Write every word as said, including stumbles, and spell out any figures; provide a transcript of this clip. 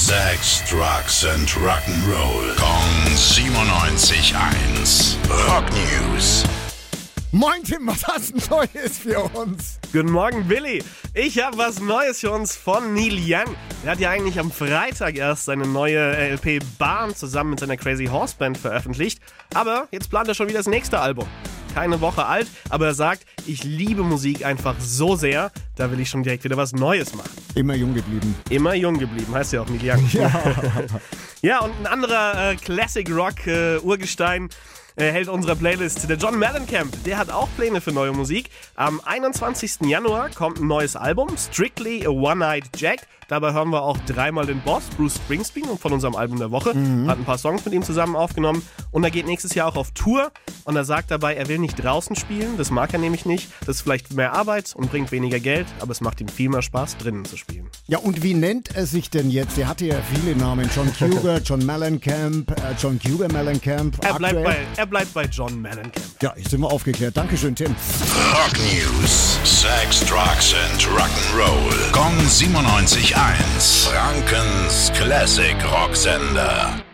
Sex, Drugs and Rock'n'Roll. Kong siebenundneunzig Komma eins. Rock News. Moin Tim, was hast du Neues für uns? Guten Morgen, Billy. Ich habe was Neues für uns von Neil Young. Der hat ja eigentlich am Freitag erst seine neue L P Bahn zusammen mit seiner Crazy Horse Band veröffentlicht. Aber jetzt plant er schon wieder das nächste Album. Keine Woche alt, aber er sagt, ich liebe Musik einfach so sehr, da will ich schon direkt wieder was Neues machen. Immer jung geblieben. Immer jung geblieben, heißt ja auch Neil Young. Ja. Ja, und ein anderer äh, Classic Rock äh, Urgestein äh, hält unsere Playlist. Der John Mellencamp, der hat auch Pläne für neue Musik. Am einundzwanzigsten Januar kommt ein neues Album, Strictly a One-Eyed Jack. Dabei hören wir auch dreimal den Boss, Bruce Springsteen, von unserem Album der Woche. Mhm. Hat ein paar Songs mit ihm zusammen aufgenommen. Und er geht nächstes Jahr auch auf Tour. Und er sagt dabei, er will nicht draußen spielen. Das mag er nämlich nicht. Das ist vielleicht mehr Arbeit und bringt weniger Geld. Aber es macht ihm viel mehr Spaß, drinnen zu spielen. Ja, und wie nennt er sich denn jetzt? Er hatte ja viele Namen. John Cougar, John Mellencamp, äh, John Cougar Mellencamp. Er bleibt, bei, er bleibt bei John Mellencamp. Ja, jetzt sind wir aufgeklärt. Dankeschön, Tim. Rock News. Sex, Drugs and Rock'n'Roll. Kong siebenundneunzig Komma eins. Frankens Classic Rocksender.